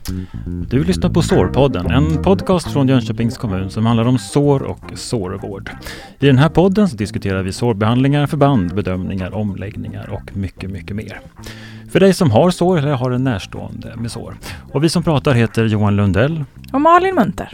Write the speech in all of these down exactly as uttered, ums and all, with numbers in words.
Du lyssnar på Sårpodden, en podcast från Jönköpings kommun som handlar om sår och sårvård. I den här podden så diskuterar vi sårbehandlingar, förband, bedömningar, omläggningar och mycket, mycket mer. För dig som har sår eller har en närstående med sår. Och vi som pratar heter Johan Lundell och Malin Munter.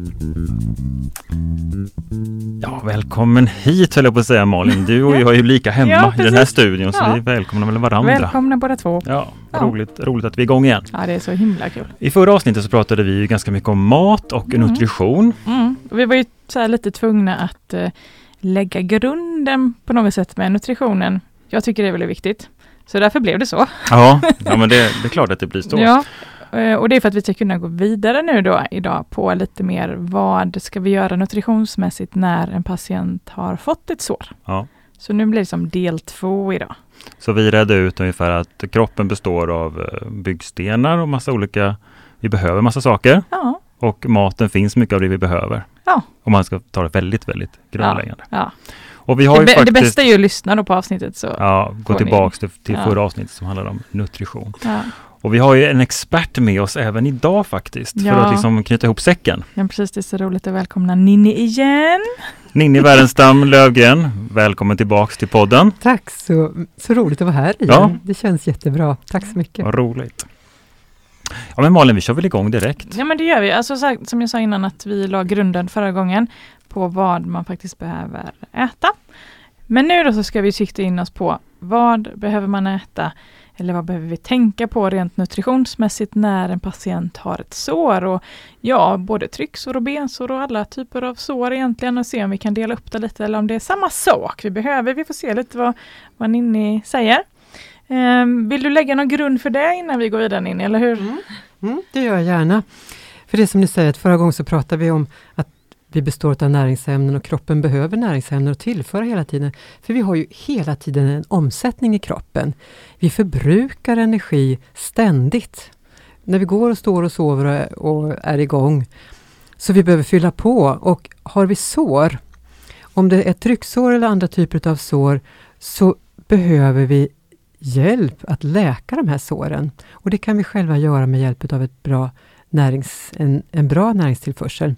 Ja, välkommen hit höll jag på att säga, Malin. Du och jag är ju lika hemma ja, i den här studion, så ja. Vi välkomnar väl varandra. Välkomna båda två. Ja, ja. Roligt, roligt att vi är igång igen. Ja, det är så himla kul. I förra avsnittet så pratade vi ju ganska mycket om mat och mm. nutrition. Mm. Vi var ju så här lite tvungna att uh, lägga grunden på något sätt med nutritionen. Jag tycker det är väldigt viktigt. Så därför blev det så. Ja, ja men det, det är klart att det blir så. Ja. Och det är för att vi ska kunna gå vidare nu då idag på lite mer vad ska vi göra nutritionsmässigt när en patient har fått ett sår. Ja. Så nu blir det som del två idag. Så vi redde ut ungefär att kroppen består av byggstenar och massa olika, vi behöver massa saker. Ja. Och maten finns mycket av det vi behöver. Ja. Om man ska ta det väldigt, väldigt grundläggande. Ja. Ja. Och vi har det, ju be- faktiskt, det bästa är ju att lyssna då på avsnittet. Så ja, gå tillbaka till, till ja. förra avsnittet som handlar om nutrition. Ja. Och vi har ju en expert med oss även idag faktiskt. Ja. För att liksom knyta ihop säcken. Ja, precis. Det är så roligt att välkomna Ninni igen. Ninni Wärenstam Lövgren, välkommen tillbaks till podden. Tack, så, så roligt att vara här igen. Ja. Det känns jättebra. Tack så mycket. Vad roligt. Ja men Malin, vi kör väl igång direkt. Ja men det gör vi. Alltså, så, som jag sa innan att vi la grunden förra gången på vad man faktiskt behöver äta. Men nu då så ska vi sikta in oss på vad behöver man äta eller vad behöver vi tänka på rent nutritionsmässigt när en patient har ett sår. Och ja, både trycksår och bensår och alla typer av sår egentligen, och se om vi kan dela upp det lite eller om det är samma sak vi behöver. Vi får se lite vad, vad Ninni säger. Um, vill du lägga någon grund för det innan vi går vidare in, eller hur? Mm. Mm, det gör jag gärna. För det som ni säger, att förra gången så pratade vi om att vi består av näringsämnen och kroppen behöver näringsämnen att tillföra hela tiden. För vi har ju hela tiden en omsättning i kroppen. Vi förbrukar energi ständigt. När vi går och står och sover och är igång. Så vi behöver fylla på. Och har vi sår, om det är trycksår eller andra typer av sår, så behöver vi hjälp att läka de här såren. Och det kan vi själva göra med hjälp av ett bra närings, en, en bra näringstillförsel.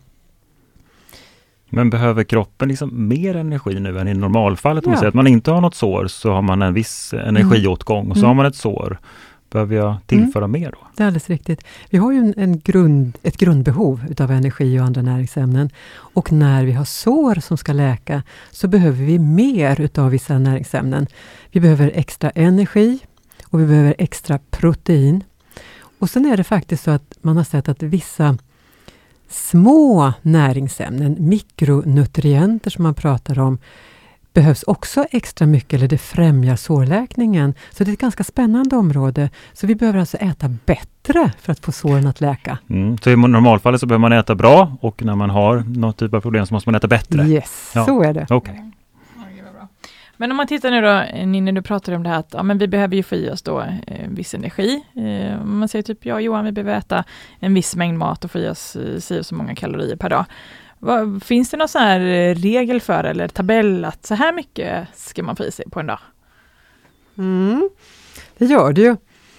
Men behöver kroppen liksom mer energi nu än i normalfallet? Om Ja. man säger att man inte har något sår så har man en viss energiåtgång och så Mm. har man ett sår. Behöver jag tillföra mm. mer då? Det är alldeles riktigt. Vi har ju en, en grund, ett grundbehov utav energi och andra näringsämnen. Och när vi har sår som ska läka så behöver vi mer utav vissa näringsämnen. Vi behöver extra energi och vi behöver extra protein. Och sen är det faktiskt så att man har sett att vissa små näringsämnen, mikronutrienter som man pratar om, behövs också extra mycket, eller det främjar sårläkningen. Så det är ett ganska spännande område. Så vi behöver alltså äta bättre för att få såren att läka. Mm. Så i normalfallet så behöver man äta bra, och när man har någon typ av problem så måste man äta bättre? Yes, ja. Så är det. Okay. Men om man tittar nu då, Ninni, du pratade om det här att ja, men vi behöver ju få i oss då eh, viss energi. Eh, om man säger typ, ja Johan, vi behöver äta en viss mängd mat och få i oss eh, si så många kalorier per dag. Vad, finns det någon sån här regel för eller tabell att så här mycket ska man få i sig på en dag? Mm, det gör det ju.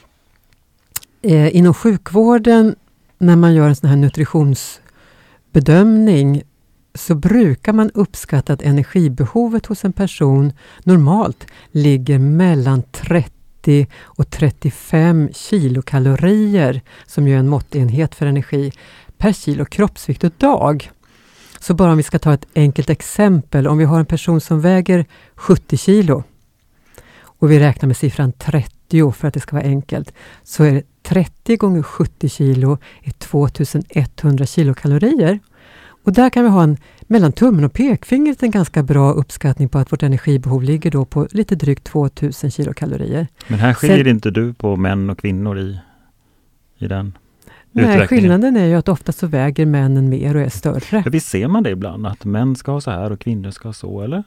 Eh, inom sjukvården, när man gör en sån här nutritionsbedömning, så brukar man uppskatta att energibehovet hos en person normalt ligger mellan trettio och trettiofem kilokalorier, som ju är en måttenhet för energi, per kilo kroppsvikt och dag. Så bara om vi ska ta ett enkelt exempel, om vi har en person som väger sjuttio kilo och vi räknar med siffran trettio för att det ska vara enkelt, så är det trettio gånger sjuttio kilo är tvåtusenetthundra kilokalorier. Och där kan vi ha en, mellan tummen och pekfingret, en ganska bra uppskattning på att vårt energibehov ligger då på lite drygt tvåtusen kilokalorier. Men här skiljer Sen, inte du på män och kvinnor i, i den nej, skillnaden är ju att ofta så väger männen mer och är större. För visst ser man det ibland, att män ska ha så här och kvinnor ska ha så, eller?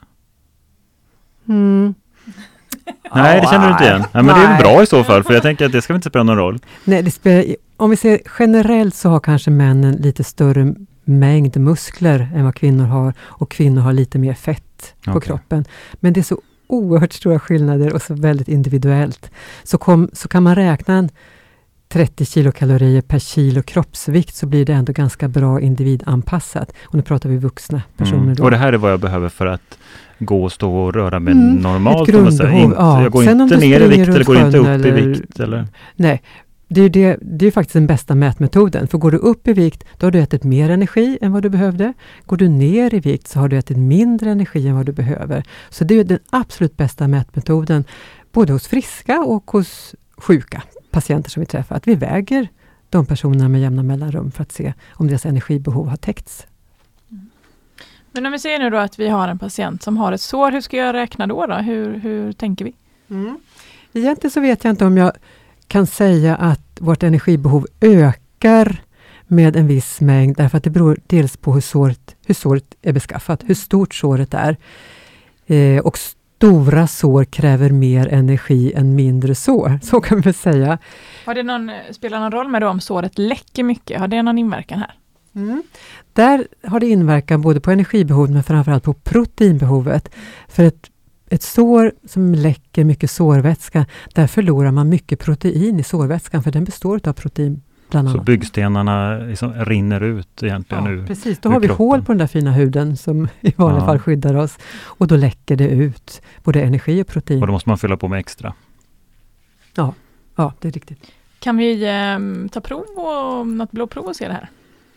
Mm. Nej, det känner du inte igen. Nej, men det är bra i så fall, för jag tänker att det ska inte spela någon roll. Nej, det spelar, om vi ser generellt så har kanske männen lite större mängd muskler än vad kvinnor har, och kvinnor har lite mer fett på okay. kroppen. Men det är så oerhört stora skillnader och så väldigt individuellt. Så, kom, så kan man räkna en trettio kilokalorier per kilo kroppsvikt så blir det ändå ganska bra individanpassat. Och nu pratar vi vuxna personer. Mm. Då. Och det här är vad jag behöver för att gå och stå och röra mig mm, normalt. Ett grundbehov, inte, ja. Jag går Sen inte ner i vikt eller går inte upp eller, i vikt. Eller? Nej, det är, det, det är faktiskt den bästa mätmetoden. För går du upp i vikt, då har du ätit mer energi än vad du behövde. Går du ner i vikt så har du ätit mindre energi än vad du behöver. Så det är den absolut bästa mätmetoden. Både hos friska och hos sjuka patienter som vi träffar. Att vi väger de personerna med jämna mellanrum för att se om deras energibehov har täckts. Mm. Men om vi ser nu då att vi har en patient som har ett sår, hur ska jag räkna då? då? Hur, hur tänker vi? Mm. Egentligen så vet jag inte om jag kan säga att vårt energibehov ökar med en viss mängd, därför att det beror dels på hur såret, hur såret är beskaffat, hur stort såret är. Eh, och stora sår kräver mer energi än mindre sår, så kan vi säga. Har det någon, spelar någon roll med då om såret läcker mycket? Har det någon inverkan här? Mm. Där har det inverkan både på energibehovet men framförallt på proteinbehovet. För ett Ett sår som läcker mycket sårvätska, där förlorar man mycket protein i sårvätskan, för den består av protein bland annat. Så byggstenarna liksom rinner ut egentligen ja, nu. Precis, då har vi hål på den där fina huden som i vanliga ja. fall skyddar oss. Och då läcker det ut både energi och protein. Och då måste man fylla på med extra. Ja, ja det är riktigt. Kan vi eh, ta prov och något blodprov och se det här?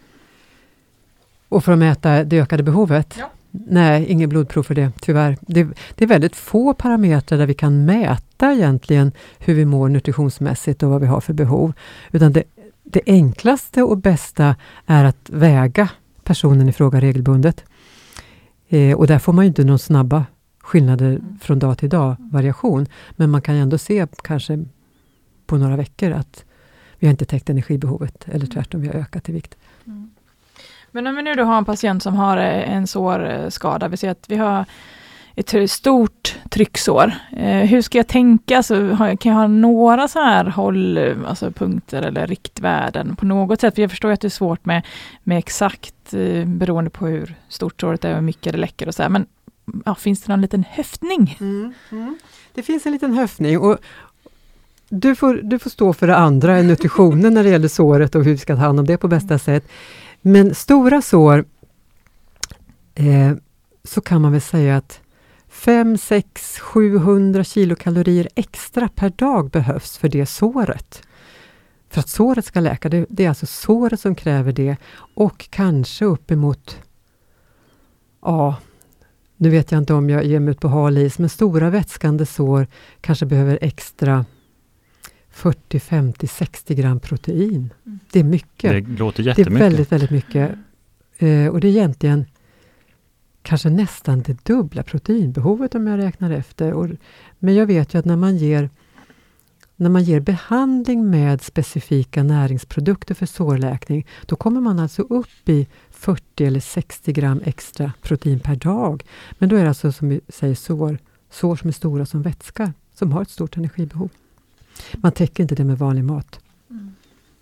Och för att mäta det ökade behovet? Ja. Nej, ingen blodprov för det, tyvärr. Det, det är väldigt få parametrar där vi kan mäta egentligen hur vi mår nutritionsmässigt och vad vi har för behov. Utan det, det enklaste och bästa är att väga personen i fråga regelbundet. Eh, och där får man ju inte någon snabba skillnader mm. från dag till dag, variation. Men man kan ändå se kanske på några veckor att vi har inte täckt energibehovet, eller tvärtom, vi har ökat i vikt. Mm. Men om vi nu då har en patient som har en sårskada, vi ser att vi har ett stort trycksår. Eh, hur ska jag tänka? Så har, kan jag ha några så här håll, alltså punkter eller riktvärden på något sätt? För jag förstår att det är svårt med, med exakt eh, beroende på hur stort såret är och hur mycket det läcker och så här. Men ja, finns det någon liten höftning? Mm, mm. Det finns en liten höftning och du får, du får stå för det andra, nutritionen när det gäller såret och hur vi ska ta hand om det på bästa sätt. Men stora sår eh, så kan man väl säga att fem, sex, sjuhundra kilokalorier extra per dag behövs för det såret. För att såret ska läka, det, det är alltså såret som kräver det. Och kanske uppemot, ja, nu vet jag inte om jag ger mig ut på hal is, men stora vätskande sår kanske behöver extra fyrtio, femtio, sextio gram protein. Mm. Det är mycket. Det låter jättemycket. Det är väldigt, väldigt mycket. Eh, och det är egentligen kanske nästan det dubbla proteinbehovet om jag räknar efter. Och, men jag vet ju att när man ger när man ger behandling med specifika näringsprodukter för sårläkning, då kommer man alltså upp i fyrtio eller sextio gram extra protein per dag. Men då är det alltså, som vi säger, sår, sår som är stora som vätska, som har ett stort energibehov. Man täcker inte det med vanlig mat. Mm.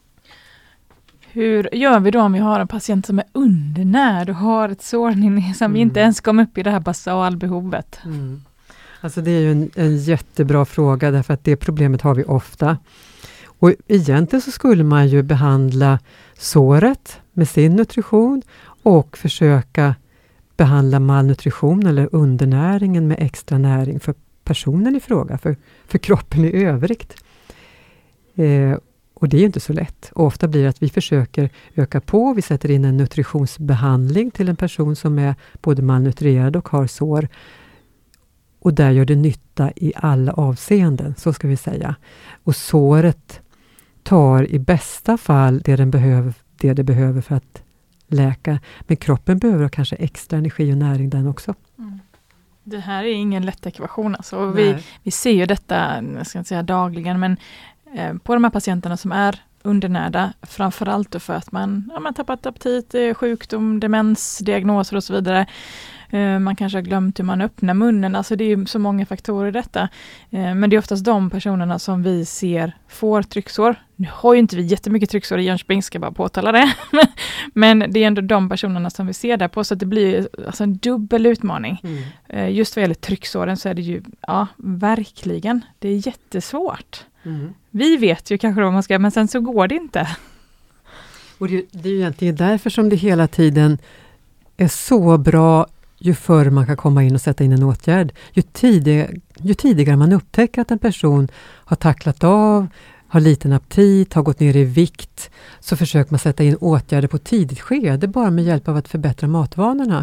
Hur gör vi då om vi har en patient som är undernärd och har ett sår som mm. vi inte ens kommer upp i det här basalbehovet? Mm. Alltså det är ju en, en jättebra fråga, därför att det problemet har vi ofta. Och egentligen så skulle man ju behandla såret med sin nutrition och försöka behandla malnutrition eller undernäringen med extra näring för personen i fråga, för, för kroppen i övrigt. Eh, och det är inte så lätt. Och ofta blir det att vi försöker öka på, vi sätter in en nutritionsbehandling till en person som är både malnutrerad och har sår. Och där gör det nytta i alla avseenden, så ska vi säga. Och såret tar i bästa fall det den behöver, det det behöver för att läka. Men kroppen behöver kanske extra energi och näring den också. Mm. Det här är ingen lätt ekvation. Alltså. Vi, vi ser ju detta, jag ska inte säga dagligen, men eh, på de här patienterna som är undernärda, framförallt då för att man har ja, tappat aptit, sjukdom, demens, diagnoser och så vidare. Uh, man kanske har glömt hur man öppnar munnen. Alltså det är ju så många faktorer i detta. Uh, men det är oftast de personerna som vi ser får trycksår. Nu har ju inte vi jättemycket trycksår i Jönköping, ska bara påtala det. Men det är ändå de personerna som vi ser där på. Så att det blir alltså en dubbel utmaning. Mm. Uh, just vad gäller trycksåren så är det ju, ja, verkligen. Det är jättesvårt. Mm. Vi vet ju kanske vad man ska, men sen så går det inte. Och det, det är ju egentligen därför som det hela tiden är så bra ju förr man kan komma in och sätta in en åtgärd. Ju, tidig, ju tidigare man upptäcker att en person har tacklat av, har liten aptit, har gått ner i vikt, så försöker man sätta in åtgärder på tidigt skede bara med hjälp av att förbättra matvanorna.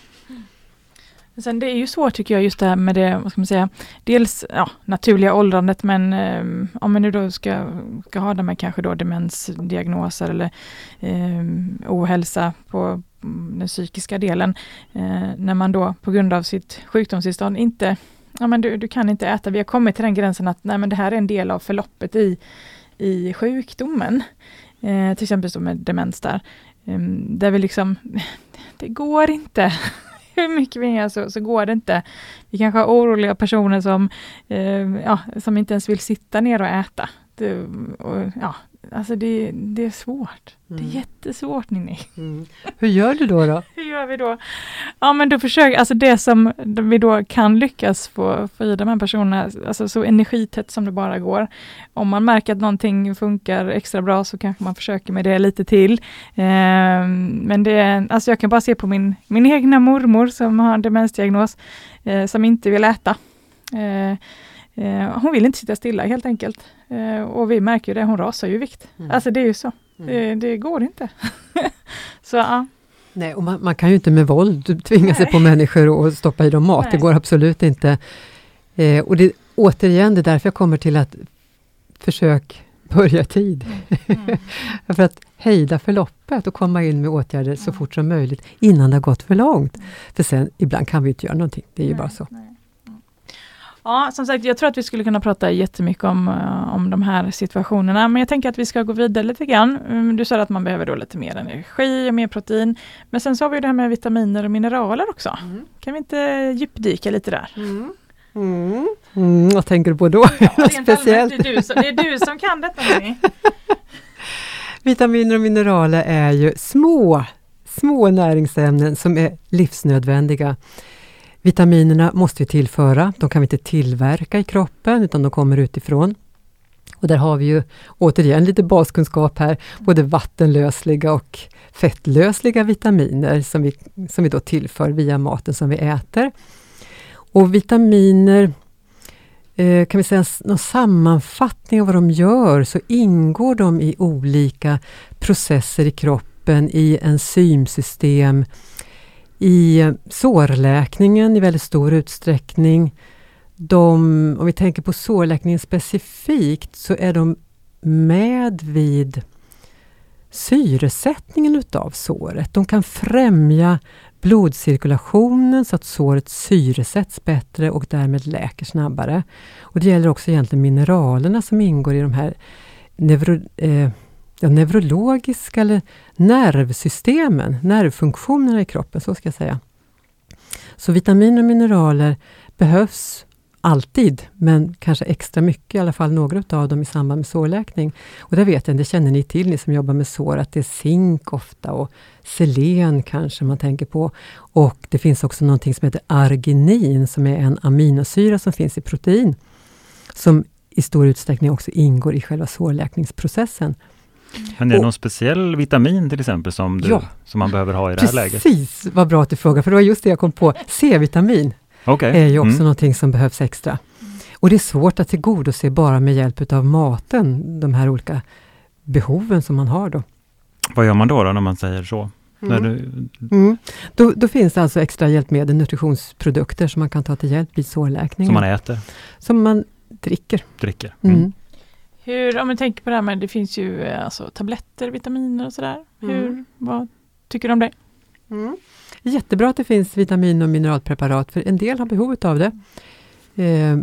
Sen det är ju svårt tycker jag just det här med det, vad ska man säga, dels ja, naturliga åldrandet, men eh, om man nu då ska, ska ha det med kanske då demensdiagnoser eller eh, ohälsa på den psykiska delen, eh, när man då på grund av sitt sjukdomstillstånd inte, ja men du, du kan inte äta, vi har kommit till den gränsen att nej men det här är en del av förloppet i, i sjukdomen, eh, till exempel så med demens där, eh, där vi liksom, det går inte. Hur mycket vi är så, så går det inte. Vi kanske har oroliga personer som, eh, ja, som inte ens vill sitta ner och äta. Det, och, ja, alltså det, det är svårt. Mm. Det är jättesvårt, Ninni. Mm. Hur gör du då? då? Hur gör vi då? Ja, men då försöker, alltså det som vi då kan lyckas få, få i de här personerna, alltså så energitätt som det bara går. Om man märker att någonting funkar extra bra så kanske man försöker med det lite till. Eh, men det, alltså jag kan bara se på min, min egna mormor som har en demensdiagnos, eh, som inte vill äta. Eh, Eh, hon vill inte sitta stilla helt enkelt. Eh, och vi märker ju det, hon rasar ju i vikt. Mm. Alltså det är ju så. Mm. Det, det går inte. så ja. Nej, och man, man kan ju inte med våld tvinga Nej. sig på människor och stoppa i dem mat. Nej. Det går absolut inte. Eh, och det, återigen, det är därför jag kommer till att försök börja tid. Mm. för att hejda förloppet och komma in med åtgärder mm. så fort som möjligt innan det har gått för långt. Mm. För sen, ibland kan vi inte göra någonting. Det är ju Nej. bara så. Nej. Ja, som sagt, jag tror att vi skulle kunna prata jättemycket om, om de här situationerna, men jag tänker att vi ska gå vidare lite grann. Du sa att man behöver då lite mer energi och mer protein, men sen så har vi det här med vitaminer och mineraler också. Mm. Kan vi inte djupdyka lite där? Mm. Mm. Mm, vad tänker du på då? Ja, speciellt. Det är, du som, det är du som kan detta. Vitaminer och mineraler är ju små, små näringsämnen som är livsnödvändiga. Vitaminerna måste vi tillföra, de kan vi inte tillverka i kroppen utan de kommer utifrån. Och där har vi ju återigen lite baskunskap här, både vattenlösliga och fettlösliga vitaminer som vi, som vi då tillför via maten som vi äter. Och vitaminer, eh, kan vi säga någon sammanfattning av vad de gör, så ingår de i olika processer i kroppen, i enzymsystem, i sårläkningen i väldigt stor utsträckning. De, om vi tänker på sårläkningen specifikt, så är de med vid syresättningen utav såret. De kan främja blodcirkulationen så att såret syresätts bättre och därmed läker snabbare. Och det gäller också egentligen mineralerna som ingår i de här neuro, eh, ja, neurologiska eller nervsystemen, nervfunktionerna i kroppen, så ska jag säga. Så vitaminer och mineraler behövs alltid, men kanske extra mycket, i alla fall några av dem i samband med sårläkning. Och det vet jag, det känner ni till, ni som jobbar med sår, att det är zink ofta och selen kanske man tänker på. Och det finns också någonting som heter arginin, som är en aminosyra som finns i protein, som i stor utsträckning också ingår i själva sårläkningsprocessen. Men är det någon speciell vitamin till exempel som, du, ja, som man behöver ha i det här precis, läget? Precis, vad bra att du frågar, för det var just det jag kom på. C-vitamin okay. är ju också mm. någonting som behövs extra. Och det är svårt att tillgodose bara med hjälp av maten, de här olika behoven som man har då. Vad gör man då, då när man säger så? Mm. När du... mm. då, då finns det alltså extra hjälpmedel, nutritionsprodukter som man kan ta till hjälp vid sårläkning. Som man äter? Som man dricker. Dricker. Mm. Mm. Hur, om man tänker på det här med, det finns ju alltså, tabletter, vitaminer och sådär. Hur, mm. vad tycker du om det? Mm. Jättebra att det finns vitamin- och mineralpreparat, för en del har behov av det. Eh,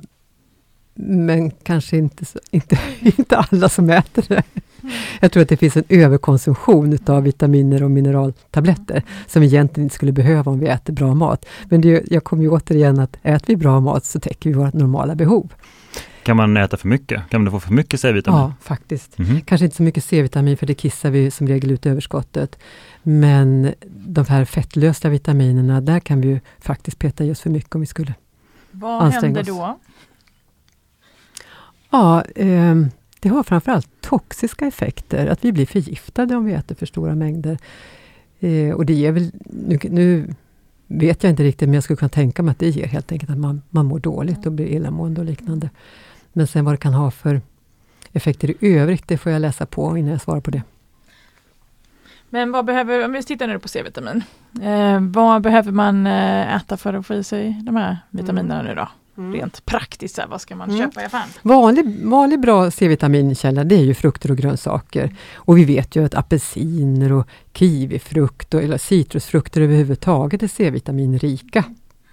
men kanske inte, så, inte, inte alla som äter det. Mm. Jag tror att det finns en överkonsumtion av vitaminer och mineraltabletter mm. som vi egentligen inte skulle behöva om vi äter bra mat. Men det, jag kommer ju återigen att äter vi bra mat så täcker vi vårt normala behov. Kan man äta för mycket? Kan man få för mycket C-vitamin? Ja, faktiskt. Mm-hmm. Kanske inte så mycket C-vitamin, för det kissar vi som regel ut överskottet. Men de här fettlösa vitaminerna, där kan vi ju faktiskt peta i oss för mycket om vi skulle Vad händer då? Ja, eh, det har framförallt toxiska effekter. Att vi blir förgiftade om vi äter för stora mängder. Eh, och det ger väl... Nu, nu vet jag inte riktigt, men jag skulle kunna tänka mig att det ger helt enkelt att man, man mår dåligt och blir illamående och liknande. Men sen vad det kan ha för effekter i övrigt, det får jag läsa på innan jag svarar på det. Men vad behöver, om vi tittar nu på C-vitamin, eh, vad behöver man eh, äta för att få i sig de här vitaminerna nu då? Mm. Rent praktiskt, så här, vad ska man mm. köpa i affären? Vanlig, vanlig bra C-vitaminkälla, det är ju frukter och grönsaker. Och vi vet ju att apelsiner och kiwifrukt och, eller citrusfrukter överhuvudtaget är C-vitaminrika.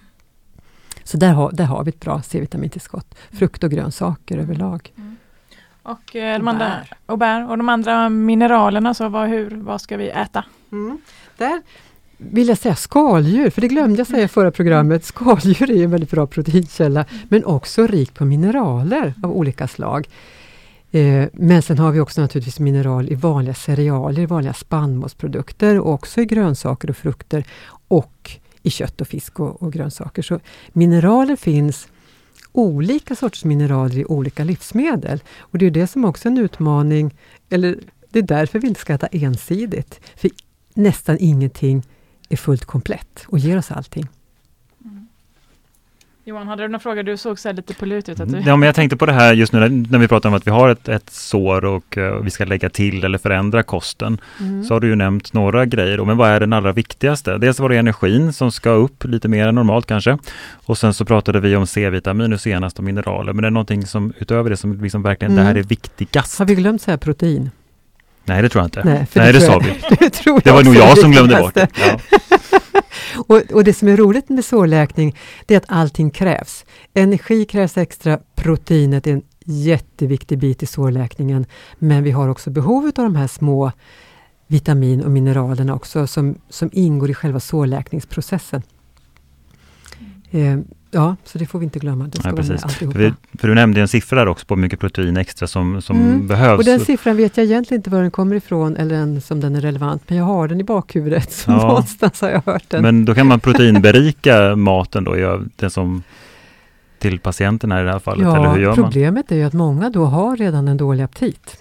Så där har, där har vi ett bra C-vitamintillskott. Frukt och grönsaker mm. överlag. Mm. Och, eh, och, de andra, bär. och bär. Och de andra mineralerna, så vad, hur, vad ska vi äta? Mm. Där vill jag säga skaldjur, för det glömde jag säga i förra programmet. Skaldjur är en väldigt bra proteinkälla, men också rikt på mineraler av olika slag. Eh, men sen har vi också naturligtvis mineral i vanliga cerealier, i vanliga spannmålsprodukter och också i grönsaker och frukter och i kött och fisk och, och grönsaker. Så mineraler finns, olika sorters mineraler i olika livsmedel. Och det är det som också är en utmaning, eller det är därför vi inte ska äta ensidigt. För nästan ingenting är fullt komplett och ger oss allting. Mm. Johan, hade du några frågor? Du såg så här lite på lut ut. Att du... Ja, men jag tänkte på det här just nu när, när vi pratar om att vi har ett, ett sår och uh, vi ska lägga till eller förändra kosten. Mm. Så har du ju nämnt några grejer. Då, men vad är den allra viktigaste? Dels var det energin som ska upp lite mer än normalt kanske. Och sen så pratade vi om C-vitamin och senast om mineraler. Men det är någonting som utöver det som liksom verkligen mm. det här är viktigast. Har vi glömt säga protein? Nej, det tror jag inte. Nej, Nej det, det sa vi. det, tror det var nog jag som glömde bort det. Ja. och, och det som är roligt med sårläkning, det är att allting krävs. Energi krävs extra, proteinet är en jätteviktig bit i sårläkningen. Men vi har också behovet av de här små vitamin- och mineralerna också som, som ingår i själva sårläkningsprocessen. Mm. Eh, Ja, så det får vi inte glömma. Det ska ja, precis. För, vi, för du nämnde en siffra där också på hur mycket protein extra som, som mm. behövs. Och den siffran vet jag egentligen inte var den kommer ifrån eller en, som den är relevant. Men jag har den i bakhuvudet. Så ja. Någonstans har jag hört den. Men då kan man proteinberika maten då. Ja, det som till patienterna i det här fallet. Ja, eller hur gör problemet man? är ju att många då har redan en dålig aptit.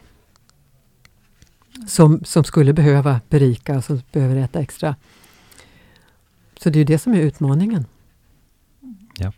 Som, som skulle behöva berika. Som behöver äta extra. Så det är ju det som är utmaningen. Ja.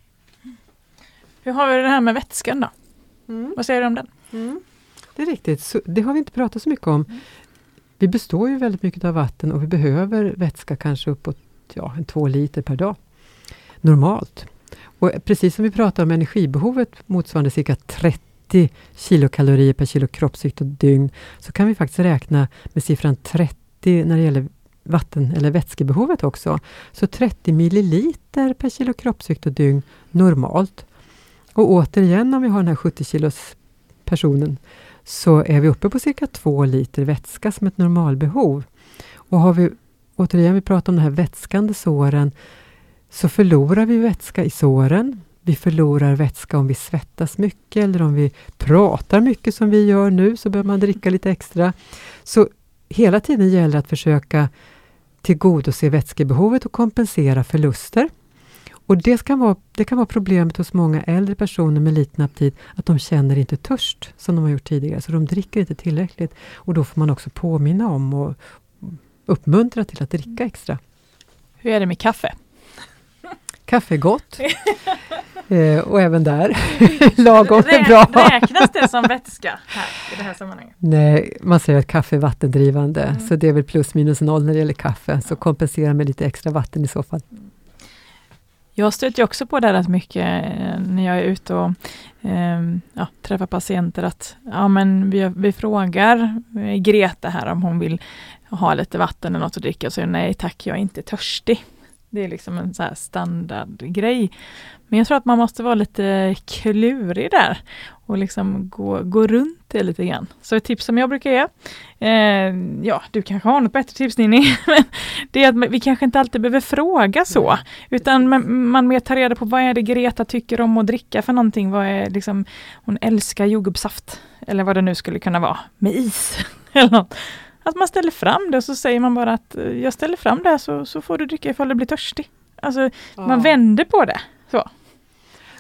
Hur har vi det här med vätskan då? Mm. Vad säger du om den? Mm. Det är riktigt. Så, det har vi inte pratat så mycket om. Mm. Vi består ju väldigt mycket av vatten och vi behöver vätska kanske uppåt ja, en två liter per dag. Normalt. Och precis som vi pratar om energibehovet motsvarande cirka trettio kilokalorier per kilo kroppsvikt och dygn, så kan vi faktiskt räkna med siffran trettio när det gäller vatten- eller vätskebehovet också. Så trettio milliliter per kilo kroppsvikt och dygn normalt. Och återigen om vi har den här sjuttio kilos personen så är vi uppe på cirka två liter vätska som ett normalbehov. Och har vi, återigen vi pratar om de här vätskande såren, så förlorar vi vätska i såren. Vi förlorar vätska om vi svettas mycket eller om vi pratar mycket som vi gör nu, så behöver man dricka lite extra. Så hela tiden gäller att försöka tillgodose vätskebehovet och kompensera förluster. Och det kan vara, det kan vara problemet hos många äldre personer med liten aptit, att de känner inte törst som de har gjort tidigare. Så de dricker inte tillräckligt. Och då får man också påminna om och uppmuntra till att dricka extra. Hur är det med kaffe? Kaffe är gott. eh, och även där. Lagom är bra. Räknas det som vätska här i det här sammanhanget? Nej, man säger att kaffe är vattendrivande. Mm. Så det är väl plus minus noll när det gäller kaffe. Så kompensera med lite extra vatten i så fall. Mm. Jag stöter ju också på det rätt mycket när jag är ute och eh, ja, träffar patienter att ja, men vi, vi frågar Greta här om hon vill ha lite vatten eller något att dricka, och säger nej tack, jag är inte törstig. Det är liksom en så här standardgrej. Men jag tror att man måste vara lite klurig där och liksom gå, gå runt det lite grann. Så ett tips som jag brukar ge, eh, ja, du kanske har något bättre tips, Ninni, men det är att vi kanske inte alltid behöver fråga så, utan man, man mer tar reda på vad är det Greta tycker om att dricka för någonting. Vad är liksom, hon älskar jordgubbssaft eller vad det nu skulle kunna vara, med is eller något. Att man ställer fram det och så säger man bara att jag ställer fram det, så, så får du dricka ifall du blir törstig. Alltså ja. Man vänder på det. Så.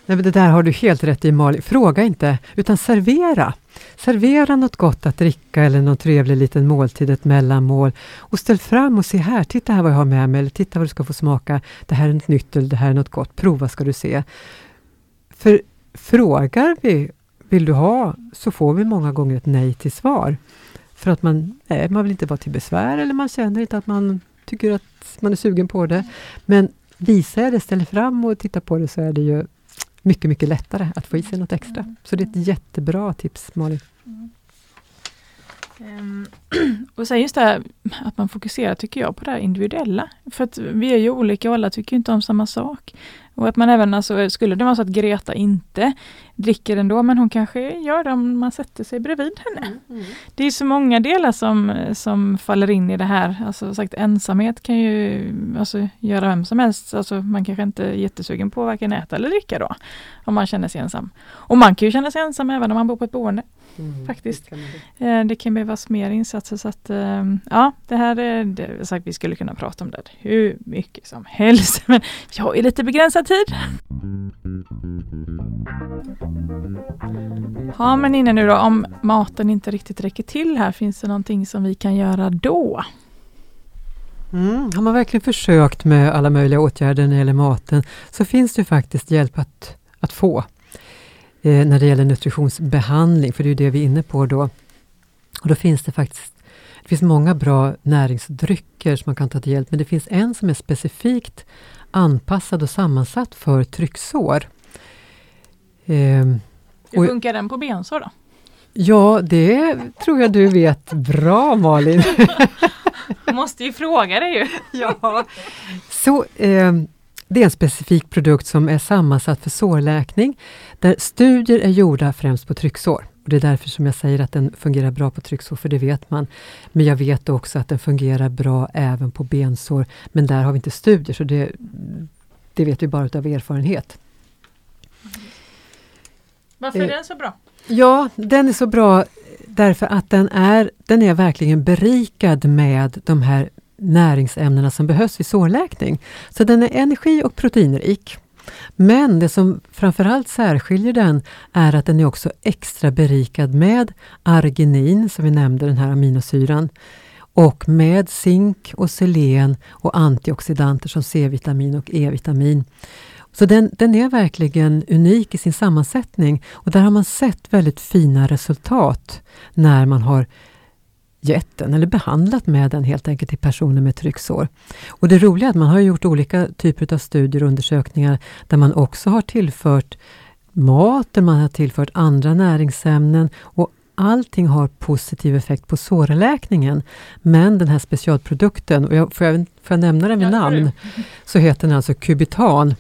Nej, men det där har du helt rätt i, Malin. Fråga inte, utan servera. Servera något gott att dricka eller någon trevlig liten måltid, ett mellanmål. Och ställ fram och se här, titta här vad jag har med mig. Eller titta vad du ska få smaka. Det här är något nytt eller det här är något gott. Prova ska du se. För frågar vi, vill du ha, så får vi många gånger ett nej till svar. För att man, nej, man vill inte vara till besvär eller man känner inte att man tycker att man är sugen på det. Men visar jag det, ställer fram och tittar på det, så är det ju mycket, mycket lättare att få i sig något extra. Så det är ett jättebra tips, Malin. Mm. Um, och sen just det här att man fokuserar, tycker jag, på det här individuella. För att vi är ju olika och alla tycker inte om samma sak. Och att man även, alltså, skulle det vara så att Greta inte dricker ändå, men hon kanske gör det om man sätter sig bredvid henne. Mm, mm. Det är så många delar som, som faller in i det här. Alltså sagt, ensamhet kan ju alltså, göra vem som helst. Alltså, man kanske inte är jättesugen på varken äta eller dricka då, om man känner sig ensam. Och man kan ju känna sig ensam även om man bor på ett boende. Mm, faktiskt. Det kan, det kan behövas mer insatser, så att ja, det här är det, sagt, vi skulle kunna prata om det hur mycket som helst, men jag är lite begränsad tid. Ja, men innan nu då, om maten inte riktigt räcker till här, finns det någonting som vi kan göra då? Mm, har man verkligen försökt med alla möjliga åtgärder när det gäller maten, så finns det faktiskt hjälp att, att få. Eh, när det gäller nutritionsbehandling, för det är ju det vi är inne på då. Och då finns det faktiskt det finns många bra näringsdrycker som man kan ta till hjälp, men det finns en som är specifikt anpassad och sammansatt för trycksår. Eh, Hur funkar den på bensår då? Ja, det tror jag du vet bra, Malin. Jag måste ju fråga dig ju. Ja. Så eh, det är en specifik produkt som är sammansatt för sårläkning, där studier är gjorda främst på trycksår. Och det är därför som jag säger att den fungerar bra på trycksår, för det vet man. Men jag vet också att den fungerar bra även på bensår. Men där har vi inte studier, så det, det vet vi bara av erfarenhet. Varför är den så bra? Ja, den är så bra därför att den är, den är verkligen berikad med de här näringsämnena som behövs vid sårläkning. Så den är energi- och proteinrik. Men det som framförallt särskiljer den är att den är också extra berikad med arginin, som vi nämnde, den här aminosyran. Och med zink och selen och antioxidanter som C-vitamin och E-vitamin. Så den, den är verkligen unik i sin sammansättning, och där har man sett väldigt fina resultat när man har gett den eller behandlat med den helt enkelt i personer med trycksår. Och det roliga är att man har gjort olika typer av studier och undersökningar där man också har tillfört mat, där man har tillfört andra näringsämnen, och allting har positiv effekt på sårläkningen. Men den här specialprodukten, och jag, får, jag, får jag nämna den vid namn, så heter den alltså Kubitan.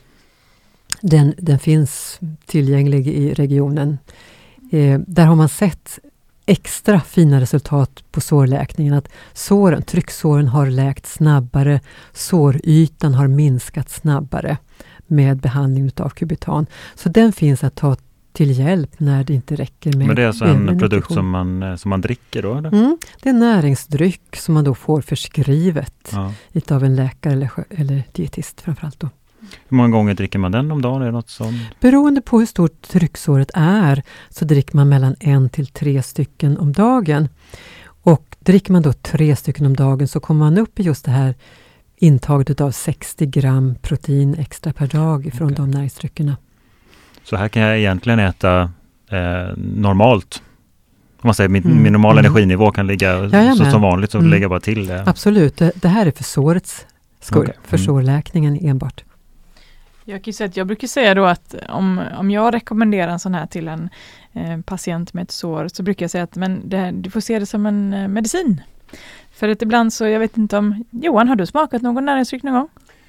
Den, den finns tillgänglig i regionen. Eh, där har man sett extra fina resultat på sårläkningen. Att såren, trycksåren har läkt snabbare, sårytan har minskat snabbare med behandling av Kubitan. Så den finns att ta till hjälp när det inte räcker med. Men det är alltså en produkt som man, som man dricker då? Eller? Mm, det är en näringsdryck som man då får förskrivet ja. Utav en läkare eller, eller dietist framförallt då. Hur många gånger dricker man den om dagen? Är det något sånt? Beroende på hur stort trycksåret är så dricker man mellan en till tre stycken om dagen. Och dricker man då tre stycken om dagen så kommer man upp i just det här intaget av sextio gram protein extra per dag från okay. de näringsdryckerna. Så här kan jag egentligen äta eh, normalt? Om man säger min, mm. min normala mm. energinivå kan ligga så, som vanligt, så mm. lägger jag bara till det. Absolut, det, det här är för sårets skull, okay. för mm. sårläkningen enbart. Jag kan säga att jag brukar säga då att om, om jag rekommenderar en sån här till en eh, patient med ett sår, så brukar jag säga att men det, du får se det som en eh, medicin. För att ibland så, jag vet inte om, Johan, har du smakat någon näringsdryck någon gång?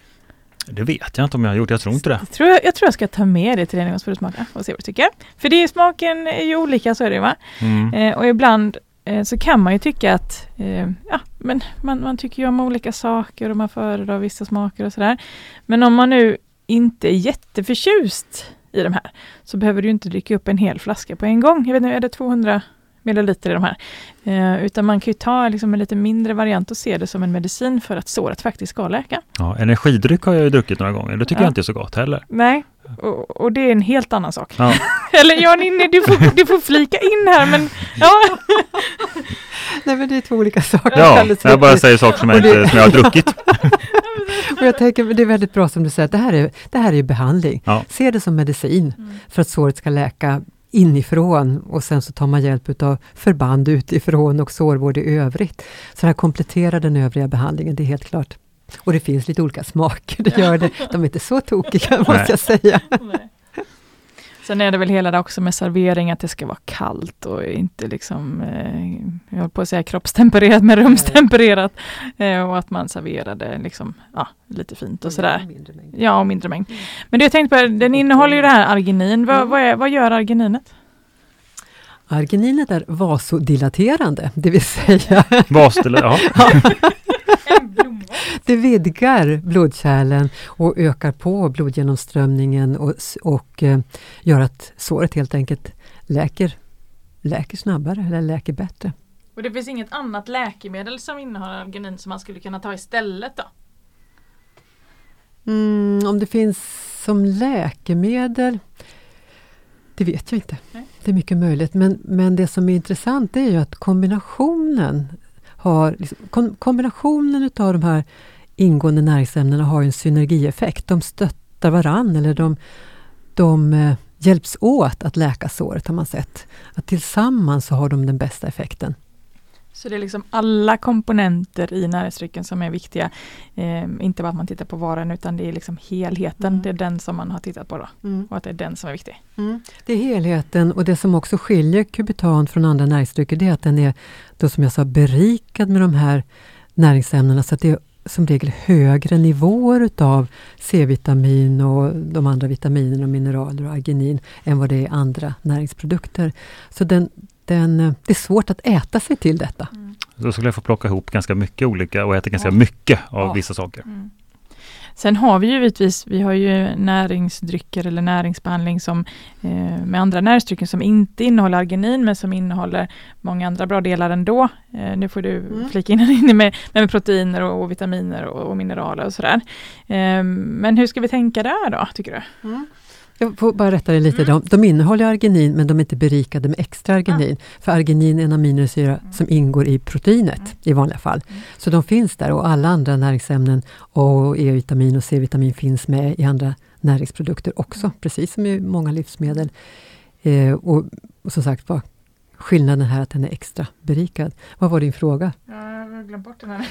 Det vet jag inte om jag har gjort, jag tror inte det. Jag tror jag, jag, tror jag ska ta med det till dig någon gång så får du smaka och se vad du tycker. För det, smaken är ju olika, så är det va? Mm. Eh, och ibland eh, så kan man ju tycka att eh, ja, men man, man tycker ju om olika saker och man föredrar vissa smaker och sådär. Men om man nu inte är jätteförtjust i de här, så behöver du inte dricka upp en hel flaska på en gång. Jag vet inte, är det tvåhundra milliliter i de här? Eh, utan man kan ju ta liksom en lite mindre variant och se det som en medicin för att såret faktiskt ska läka. Ja, energidryck har jag ju druckit några gånger. Det tycker ja. jag inte är så gott heller. Nej, och, och det är en helt annan sak. Ja. Eller ja, Ninni, du får, du får flika in här, men ja. Nej, men det är två olika saker. Ja, jag bara säger saker som jag, inte, som jag har druckit. Och jag tänker, det är väldigt bra som du säger, att det här är, det här är ju behandling. Ja. Se det som medicin Mm. för att såret ska läka inifrån, och sen så tar man hjälp av förband utifrån och sårvård i övrigt. Så det här kompletterar den övriga behandlingen, det är helt klart. Och det finns lite olika smaker, det gör det. De är inte så tokiga, måste Nej. jag säga. Nej. Sen är det väl hela det också med servering, att det ska vara kallt och inte liksom, eh, jag håller på att säga kroppstempererat, men rumstempererat. Eh, och att man serverar det liksom, ja, lite fint och sådär. Ja, och mindre mängd. Men det jag tänkte på, den innehåller ju det här arginin. Vad, vad, är, vad gör argininet? Argininet är vasodilaterande, det vill säga Vasdel, ja. det vidgar blodkärlen och ökar på blodgenomströmningen och, och eh, gör att såret helt enkelt läker, läker snabbare eller läker bättre. Och det finns inget annat läkemedel som innehåller arginin som man skulle kunna ta istället då? Mm, om det finns som läkemedel, det vet jag inte. Nej. Det är mycket möjligt. Men, men det som är intressant är ju att kombinationen har, liksom, kom, kombinationen utav de här ingående näringsämnena har en synergieffekt. De stöttar varann, eller de, de eh, hjälps åt att läka såret, har man sett. Att tillsammans så har de den bästa effekten. Så det är liksom alla komponenter i näringsdrycken som är viktiga. Eh, inte bara att man tittar på varan, utan det är liksom helheten. Mm. Det är den som man har tittat på då. Mm. Och att det är den som är viktig. Mm. Det är helheten, och det som också skiljer kubitan från andra näringsdrycker, det är att den är, då som jag sa, berikad med de här näringsämnena, så att det är som regel högre nivåer utav C-vitamin och de andra vitaminerna och mineraler och arginin än vad det är i andra näringsprodukter. Så den, den, det är svårt att äta sig till detta. Mm. Då skulle jag få plocka ihop ganska mycket olika och äta ganska Ja. mycket av Ja. vissa saker. Mm. Sen har vi ju givetvis, vi har ju näringsdrycker eller näringsbehandling som, eh, med andra näringsdrycker som inte innehåller arginin, men som innehåller många andra bra delar ändå. Eh, nu får du Mm. flika in in med, med proteiner och, och vitaminer och, och mineraler och sådär. Eh, men hur ska vi tänka där då, tycker du? Mm. Jag får bara rätta dig lite. Mm. De, de innehåller arginin, men de är inte berikade med extra arginin. För arginin är en aminosyra Mm. som ingår i proteinet Mm. i vanliga fall. Mm. Så de finns där, och alla andra näringsämnen och E-vitamin och C-vitamin finns med i andra näringsprodukter också. Mm. Precis som i många livsmedel. Eh, och, och som sagt var, skillnaden här att den är extra berikad. Vad var din fråga? Jag har glömt bort den här.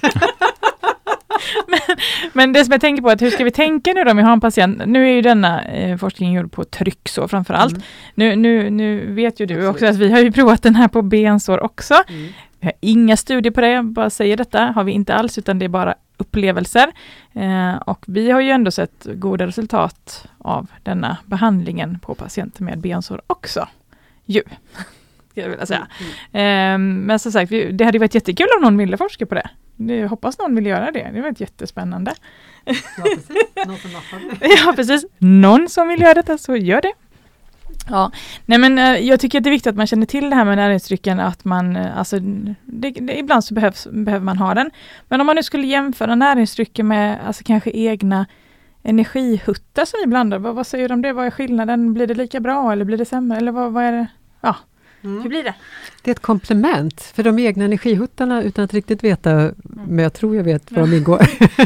men, men det som jag tänker på är att hur ska vi tänka nu då om vi har en patient? Nu är ju denna eh, forskning gjord på trycksår framför allt. Mm. Nu, nu, nu vet ju du Absolut. också att vi har ju provat den här på bensår också. Mm. Vi har inga studier på det, jag bara säger detta. Har vi inte alls, utan det är bara upplevelser. Eh, och vi har ju ändå sett goda resultat av denna behandlingen på patienter med bensår också. Ju. Jag vilja säga. Eh, men som sagt, vi, det hade varit jättekul om någon ville forska på det. Jag hoppas någon vill göra det. Det var jättespännande. Ja, precis. Någon som nappar. Ja, precis. Någon som vill göra detta, så gör det. Ja, nej men eh, jag tycker att det är viktigt att man känner till det här med näringsdrycken, att man, eh, alltså, det, det, ibland så behövs, behöver man ha den. Men om man nu skulle jämföra näringsdrycken med, alltså kanske egna energihuttar som vi blandar, vad, vad säger du om det? Vad är skillnaden? Blir det lika bra eller blir det sämre? Eller vad, vad är det? Ja, Mm. hur blir det? Det är ett komplement för de egna energihuttarna, utan att riktigt veta, men jag tror jag vet var de ingår.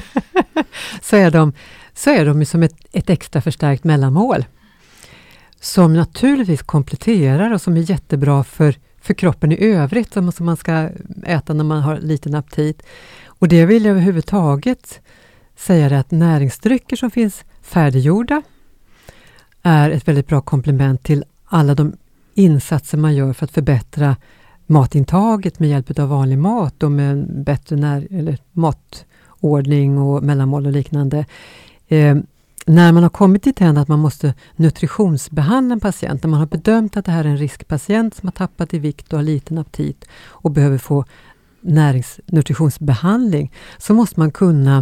så är de, så är de som ett, ett extra förstärkt mellanmål. Som naturligtvis kompletterar och som är jättebra för, för kroppen i övrigt, som, som man ska äta när man har liten aptit. Och det vill jag överhuvudtaget säga, det att näringsdrycker som finns färdiggjorda är ett väldigt bra komplement till alla de insatser man gör för att förbättra matintaget med hjälp av vanlig mat och med en bättre när, eller matordning och mellanmål och liknande. Eh, när man har kommit dit än att man måste nutritionsbehandla en patient, när man har bedömt att det här är en riskpatient som har tappat i vikt och har liten aptit och behöver få närings- nutritionsbehandling, så måste man kunna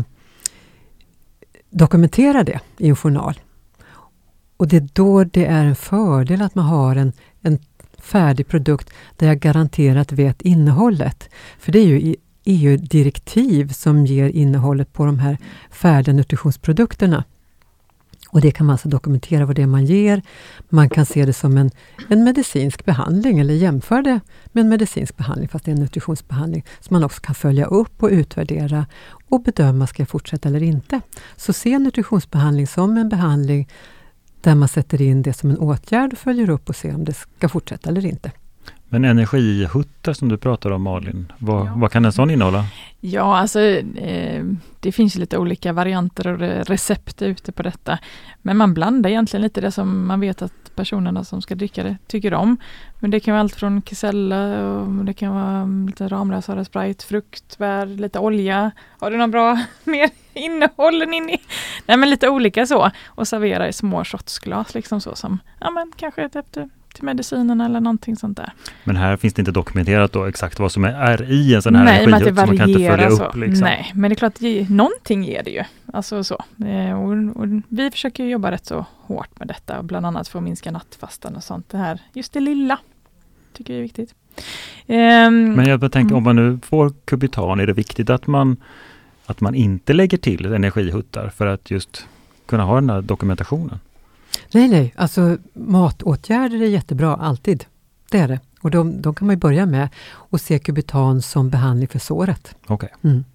dokumentera det i en journal. Och det är då det är en fördel att man har en, en färdig produkt där jag garanterat vet innehållet. För det är ju E U-direktiv som ger innehållet på de här färdiga nutritionsprodukterna. Och det kan man alltså dokumentera vad det är man ger. Man kan se det som en, en medicinsk behandling eller jämföra det med en medicinsk behandling fast det är en nutritionsbehandling. Så man också kan följa upp och utvärdera och bedöma ska jag fortsätta eller inte. Så se nutritionsbehandling som en behandling där man sätter in det som en åtgärd och följer upp och ser om det ska fortsätta eller inte. Men energihuttar som du pratar om, Malin, vad, ja. vad kan en sån innehålla? Ja, alltså eh, det finns lite olika varianter och recept ute på detta. Men man blandar egentligen lite det som man vet att personerna som ska dricka det tycker om. Men det kan vara allt från kisella och det kan vara lite Ramlösa, Sprite, frukt, bär, lite olja. Har du någon bra mer innehåll in i? Nej, men lite olika så. Och servera i små shotsglas liksom så som, ja men kanske efter till medicinen eller någonting sånt där. Men här finns det inte dokumenterat då exakt vad som är i en sån här Nej, energihutt, men så man kan inte följa så. upp. Liksom. Nej, men det är klart att ge, någonting ger det ju. Alltså så. Och, och vi försöker jobba rätt så hårt med detta och bland annat få minska nattfastan och sånt. Det här, just det lilla tycker jag är viktigt. Um, men jag tänker, mm. om man nu får kubitan, är det viktigt att man, att man inte lägger till energihuttar för att just kunna ha den här dokumentationen? Nej, nej. Alltså matåtgärder är jättebra, alltid. Det är det. Och de, de kan man ju börja med och se kubitan som behandling för såret. Okej. Okay. Mm.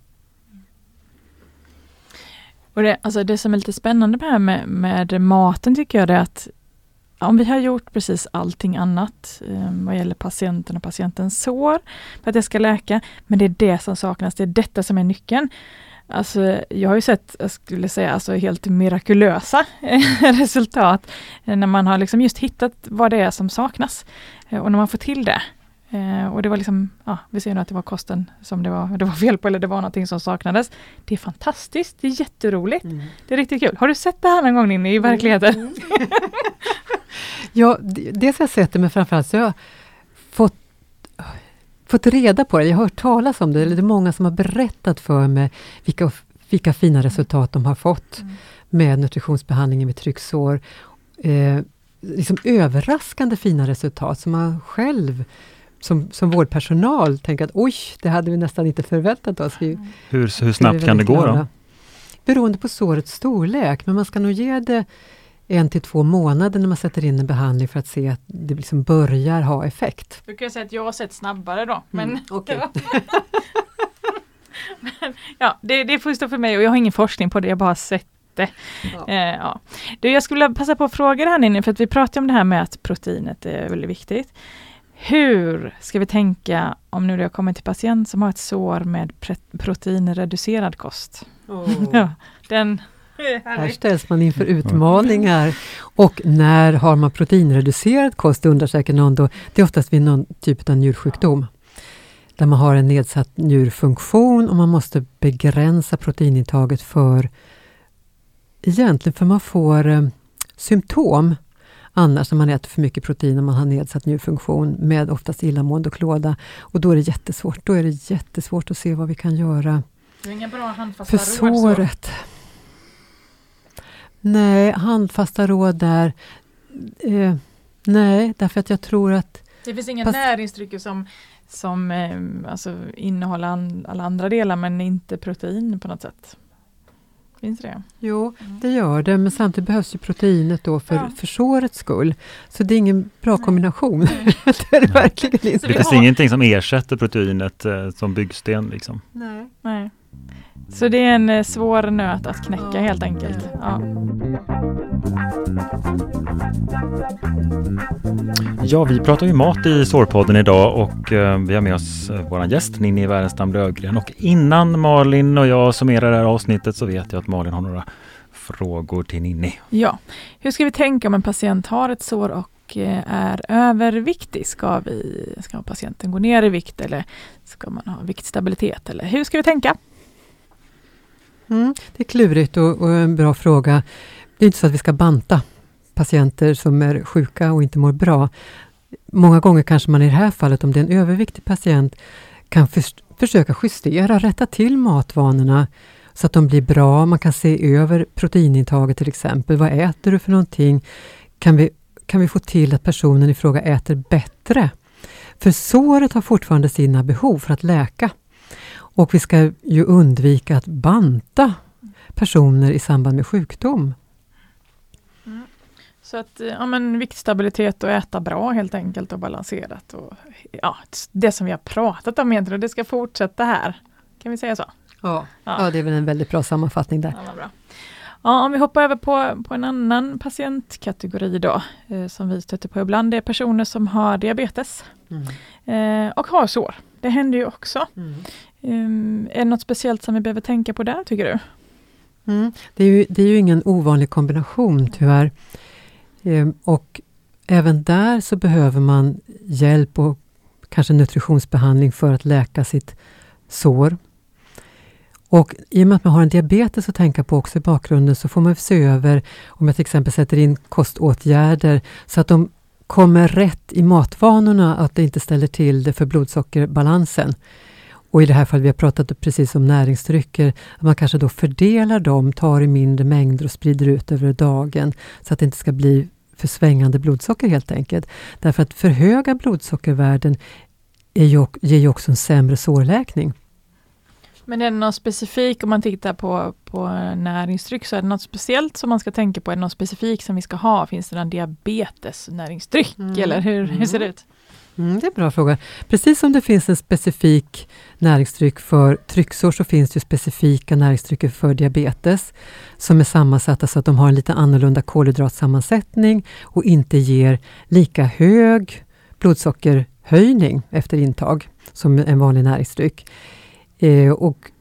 Och det, alltså det som är lite spännande med, med, med maten tycker jag är att om vi har gjort precis allting annat eh, vad gäller patienten och patientens sår för att det ska läka, men det är det som saknas, det är detta som är nyckeln. Alltså, jag har ju sett, jag skulle säga, alltså helt mirakulösa resultat när man har liksom just hittat vad det är som saknas och när man får till det. Och det var liksom, ja, vi ser nu att det var kosten som det var, det var fel på eller det var någonting som saknades. Det är fantastiskt, det är jätteroligt. Mm. Det är riktigt kul. Har du sett det här någon gång inne i verkligheten? Mm. Ja, det har jag sett det, men framförallt så har jag fått fått reda på det. Jag har hört talas om det. Det är många som har berättat för mig vilka, vilka fina resultat de har fått mm. med nutritionsbehandlingen med trycksår. Eh, liksom överraskande fina resultat som man själv som, som vårdpersonal tänker att oj, det hade vi nästan inte förväntat oss. Vi, mm. hur, hur snabbt kan det gå då? Beroende på sårets storlek, men man ska nog ge det en till två månader när man sätter in en behandling för att se att det liksom börjar ha effekt. Du kan säga att jag har sett snabbare då. Men, mm, okay. men ja, det, det får stå för mig och jag har ingen forskning på det, jag bara har sett det. Ja. Eh, ja. Du, jag skulle passa på att fråga här inne för att vi pratar om det här med att proteinet är väldigt viktigt. Hur ska vi tänka om nu det har kommit till patient som har ett sår med pre- proteinreducerad kost? Oh. ja, den... Här ställs man inför utmaningar. Och när har man proteinreducerad kost, undrar säkert någon då. Det är oftast vid någon typ av njursjukdom. Där man har en nedsatt njurfunktion och man måste begränsa proteinintaget för egentligen för man får eh, symptom annars när man äter för mycket protein och man har nedsatt njurfunktion med oftast illamående och klåda. Och då är det jättesvårt. Då är det jättesvårt att se vad vi kan göra det är inga bra handfasta för såret. Så. Nej, handfasta råd där. Eh, nej, därför att jag tror att... Det finns inga pass- näringsdrycker som, som eh, alltså innehåller an, alla andra delar men inte protein på något sätt. Finns det? Jo, mm. det gör det. Men samtidigt behövs ju proteinet då för, ja. för sårets skull. Så det är ingen bra nej. kombination. Nej. det är det verkligen inte. Det finns har... ingenting som ersätter proteinet eh, som byggsten liksom. Nej. nej. Så det är en eh, svår nöt att knäcka ja. helt enkelt. Ja. Ja, vi pratar ju mat i Sårpodden idag och eh, vi har med oss eh, våran gäst Ninni Wärenstam Löfgren. Och innan Malin och jag summerar det här avsnittet så vet jag att Malin har några frågor till Ninni. Ja, hur ska vi tänka om en patient har ett sår och eh, är överviktig? Ska, vi, ska patienten gå ner i vikt eller ska man ha viktstabilitet? Eller hur ska vi tänka? Mm, det är klurigt och, och en bra fråga. Det är inte så att vi ska banta patienter som är sjuka och inte mår bra. Många gånger kanske man i det här fallet, om det är en överviktig patient, kan för, försöka justera, rätta till matvanorna så att de blir bra. Man kan se över proteinintaget till exempel. Vad äter du för någonting? Kan vi, kan vi få till att personen i fråga äter bättre? För såret har fortfarande sina behov för att läka. Och vi ska ju undvika att banta personer i samband med sjukdom. Så att ja, men viktstabilitet och äta bra helt enkelt och balanserat. Och, ja, det som vi har pratat om egentligen, det ska fortsätta här. Kan vi säga så? Ja, ja. ja det är väl en väldigt bra sammanfattning där. Ja, bra. Ja, om vi hoppar över på, på en annan patientkategori då, eh, som vi stöter på ibland, det är personer som har diabetes mm. eh, och har sår. Det händer ju också. Mm. Um, är det något speciellt som vi behöver tänka på där, tycker du? Mm. Det är ju, det är ju ingen ovanlig kombination tyvärr. Um, och även där så behöver man hjälp och kanske nutritionsbehandling för att läka sitt sår. Och i och med att man har en diabetes att tänka på också i bakgrunden, så får man se över om jag till exempel sätter in koståtgärder så att de kommer rätt i matvanorna, att det inte ställer till det för blodsockerbalansen. Och i det här fallet, vi har pratat precis om näringsdrycker, att man kanske då fördelar dem, tar i mindre mängder och sprider ut över dagen så att det inte ska bli för svängande blodsocker helt enkelt. Därför att för höga blodsockervärden är ju, ger ju också en sämre sårläkning. Men är det något specifikt, om man tittar på, på näringsdryck, så är det något speciellt som man ska tänka på? Är det något specifikt som vi ska ha? Finns det någon diabetesnäringsdryck mm. eller hur, hur ser det ut? Mm, det är en bra fråga. Precis som det finns en specifik näringsdryck för trycksår, så finns det ju specifika näringsdrycker för diabetes som är sammansatta så att de har en lite annorlunda kolhydratsammansättning och inte ger lika hög blodsockerhöjning efter intag som en vanlig näringsdryck. Eh, och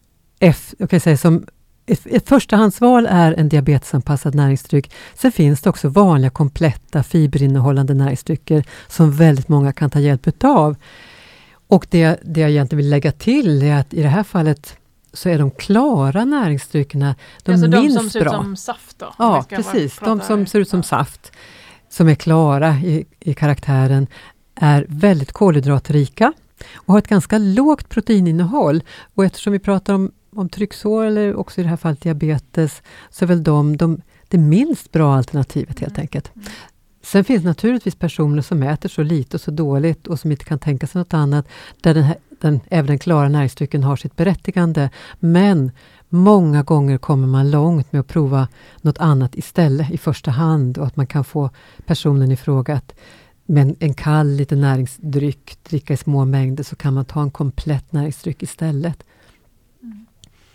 F, jag kan säga som ett, ett förstahandsval är en diabetesanpassad näringsdryck. Sen finns det också vanliga kompletta fiberinnehållande näringsdrycker som väldigt många kan ta hjälp av. Och det, det jag egentligen vill lägga till är att i det här fallet så är de klara näringsdryckerna de alltså minst de som ser bra. ut som saft då? Ja, precis. De som ser ut som ja. saft, som är klara i, i karaktären, är väldigt kolhydratrika och har ett ganska lågt proteininnehåll. Och eftersom vi pratar om, om trycksår eller också i det här fallet diabetes, så är väl de, de det minst bra alternativet helt mm. enkelt. Mm. Sen finns naturligtvis personer som äter så lite och så dåligt och som inte kan tänka sig något annat, där den här, den, även den klara näringsdrycken har sitt berättigande. Men många gånger kommer man långt med att prova något annat istället i första hand, och att man kan få personen i fråga att med en kall lite näringsdryck, dricka i små mängder, så kan man ta en komplett näringsdryck istället. Mm.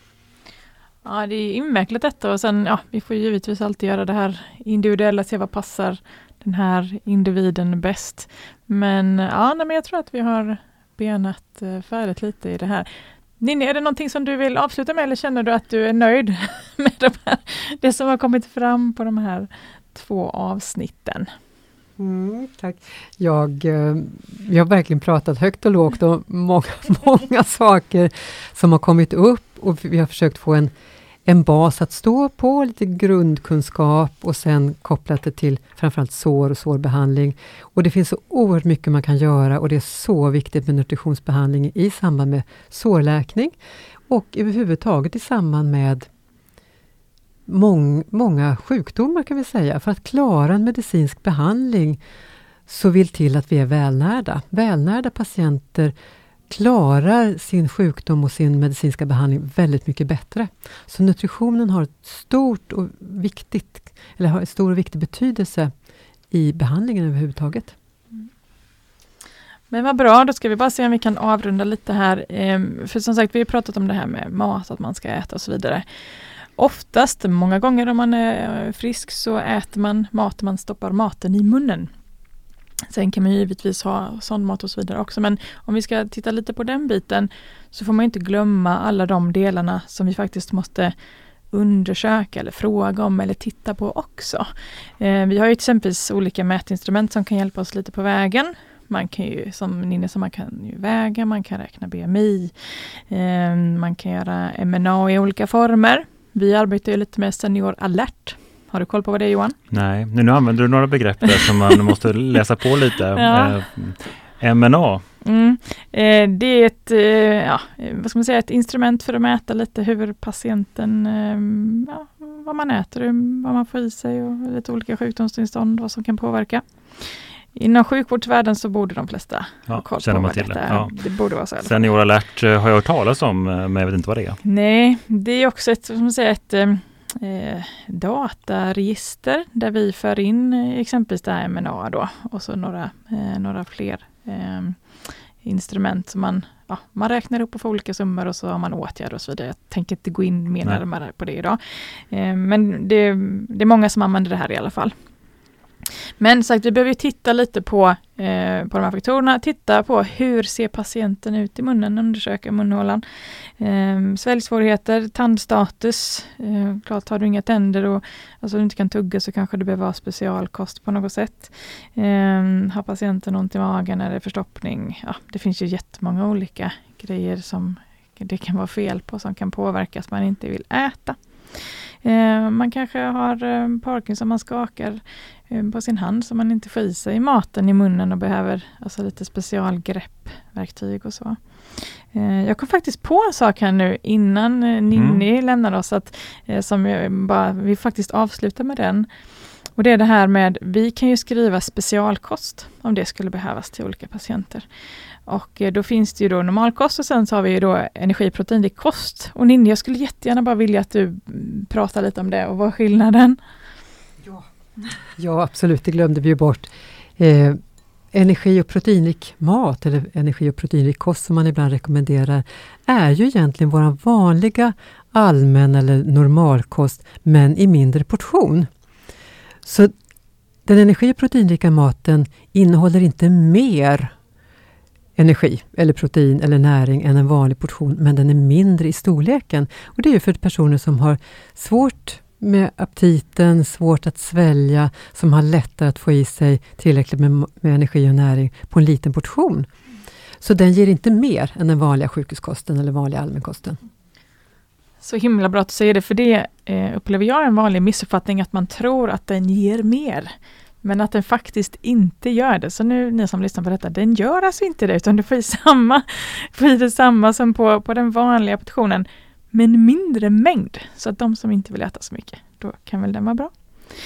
Ja, det är invecklat detta, och sen ja, vi får givetvis alltid göra det här individuella, se vad passar den här individen bäst. Men ja, nej, men jag tror att vi har benat färdigt lite i det här. Ninni, är det någonting som du vill avsluta med, eller känner du att du är nöjd med de här, det som har kommit fram på de här två avsnitten? Mm, tack. Jag, jag har verkligen pratat högt och lågt om många, många saker som har kommit upp, och vi har försökt få en, en bas att stå på, lite grundkunskap, och sen kopplat det till framförallt sår och sårbehandling. Och det finns så oerhört mycket man kan göra, och det är så viktigt med nutritionsbehandling i samband med sårläkning och överhuvudtaget i samband med Mång, många sjukdomar kan vi säga. För att klara en medicinsk behandling så vill till att vi är välnärda. Välnärda patienter klarar sin sjukdom och sin medicinska behandling väldigt mycket bättre. Så nutritionen har ett stort och viktigt, eller har en stor och viktig betydelse i behandlingen överhuvudtaget. Men vad bra, då ska vi bara se om vi kan avrunda lite här. För som sagt, vi har pratat om det här med mat, att man ska äta och så vidare. Oftast, många gånger om man är frisk, så äter man mat, man stoppar maten i munnen. Sen kan man givetvis ha sondmat och så vidare också, men om vi ska titta lite på den biten, så får man inte glömma alla de delarna som vi faktiskt måste undersöka eller fråga om eller titta på också. Eh, vi har ju exempelvis olika mätinstrument som kan hjälpa oss lite på vägen. Man kan ju, som Ninni sa, man kan ju väga, man kan räkna B M I, eh, man kan göra M N A i olika former. Vi arbetar ju lite med Senior Alert. Har du koll på vad det är, Johan? Nej, nu använder du några begrepp där som man måste läsa på lite. Ja. Eh, M N A. Mm. Eh, det är ett, eh, ja, vad ska man säga, ett instrument för att mäta lite hur patienten, eh, ja, vad man äter, vad man får i sig och lite olika sjukdomstillstånd, vad som kan påverka. Inom sjukvårdsvärlden så borde de flesta ja, ha koll på vad man till detta det. är. Ja. Det borde vara så. Senior Alert har jag hört talas om, men jag vet inte vad det är. Nej, det är också ett, som man säger, ett eh, dataregister där vi för in eh, exempelvis det här M N A då och så några, eh, några fler eh, instrument som man, ja, man räknar upp och får olika summor och så har man åtgärder och så vidare. Jag tänker inte gå in mer närmare på det idag. Eh, men det, det är många som använder det här i alla fall. Men sagt, vi behöver titta lite på, eh, på de här faktorerna. Titta på hur ser patienten ut i munnen, undersöka munhålan. Eh, sväljsvårigheter, tandstatus. Eh, klart, har du inga tänder och alltså, du inte kan tugga så kanske du behöver ha specialkost på något sätt. Eh, har patienten ont i magen eller förstoppning? Ja, det finns ju jättemånga olika grejer som det kan vara fel på som kan påverka att man inte vill äta. Eh, man kanske har eh, Parkinson, man skakar eh, på sin hand så man inte får i sig maten i munnen och behöver alltså, lite specialgreppverktyg och så. Eh, jag kom faktiskt på en sak här nu innan eh, Ninni mm. lämnar oss att, eh, som jag bara, vi faktiskt avslutar med den. Och det är det här med, vi kan ju skriva specialkost om det skulle behövas till olika patienter. Och då finns det ju då normalkost och sen så har vi ju då energiproteinrik kost. Och Ninni, jag skulle jättegärna bara vilja att du pratar lite om det och vad är skillnaden? Ja, ja absolut, det glömde vi ju bort. Eh, energi- och proteinrik mat eller energi- och proteinrik kost som man ibland rekommenderar är ju egentligen vår vanliga allmän eller normalkost men i mindre portion. Så den energi- och proteinrika maten innehåller inte mer energi eller protein eller näring än en vanlig portion, men den är mindre i storleken. Och det är ju för personer som har svårt med aptiten, svårt att svälja, som har lättare att få i sig tillräckligt med, med energi och näring på en liten portion. Så den ger inte mer än den vanliga sjukhuskosten eller vanliga allmänkosten. Så himla bra att säga det, för det eh, upplever jag en vanlig missuppfattning att man tror att den ger mer. Men att den faktiskt inte gör det. Så nu, ni som lyssnar på detta, den gör alltså inte det. Utan du får i samma, får i det samma som på, på den vanliga portionen. Men mindre mängd. Så att de som inte vill äta så mycket, då kan väl den vara bra.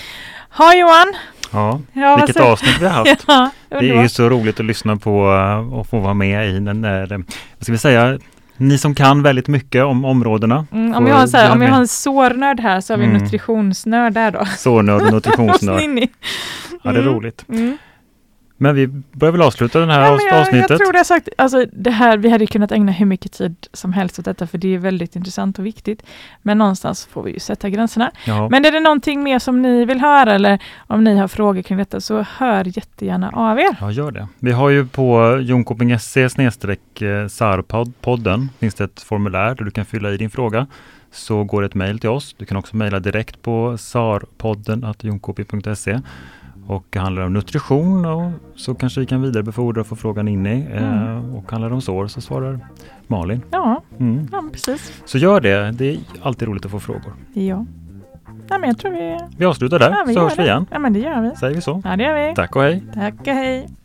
Ha Johan! Ja, ja vilket så... avsnitt vi har haft. ja, det är ju så roligt att lyssna på och få vara med i den där, vad ska vi säga, ni som kan väldigt mycket om områdena. Mm, om, jag har så här, om jag har en sårnörd här så har vi mm. nutritionsnörd där då. Sårnörd och nutritionsnörd. mm. Ja, det är roligt. Mm. Men vi börjar väl avsluta den här ja, jag, avsnittet. Jag tror det har sagt, alltså det här, vi hade kunnat ägna hur mycket tid som helst åt detta för det är väldigt intressant och viktigt. Men någonstans får vi ju sätta gränserna. Ja. Men är det någonting mer som ni vill höra eller om ni har frågor kring detta så hör jättegärna av er. Ja, gör det. Vi har ju på jonkoping punkt se snedstreck sarpodden finns det ett formulär där du kan fylla i din fråga. Så går ett mejl till oss. Du kan också mejla direkt på sarpodden at jonkoping punkt se. Och det handlar om nutrition och så kanske vi kan vidarebefordra och få frågan in i. Mm. Eh, och handlar det om sår så svarar Malin. Ja, mm. ja precis. Så gör det. Det är alltid roligt att få frågor. Ja. Ja men jag tror vi... Vi avslutar där, ja, vi så hörs vi igen. Ja men det gör vi. Säger vi så. Ja det gör vi. Tack och hej. Tack och hej.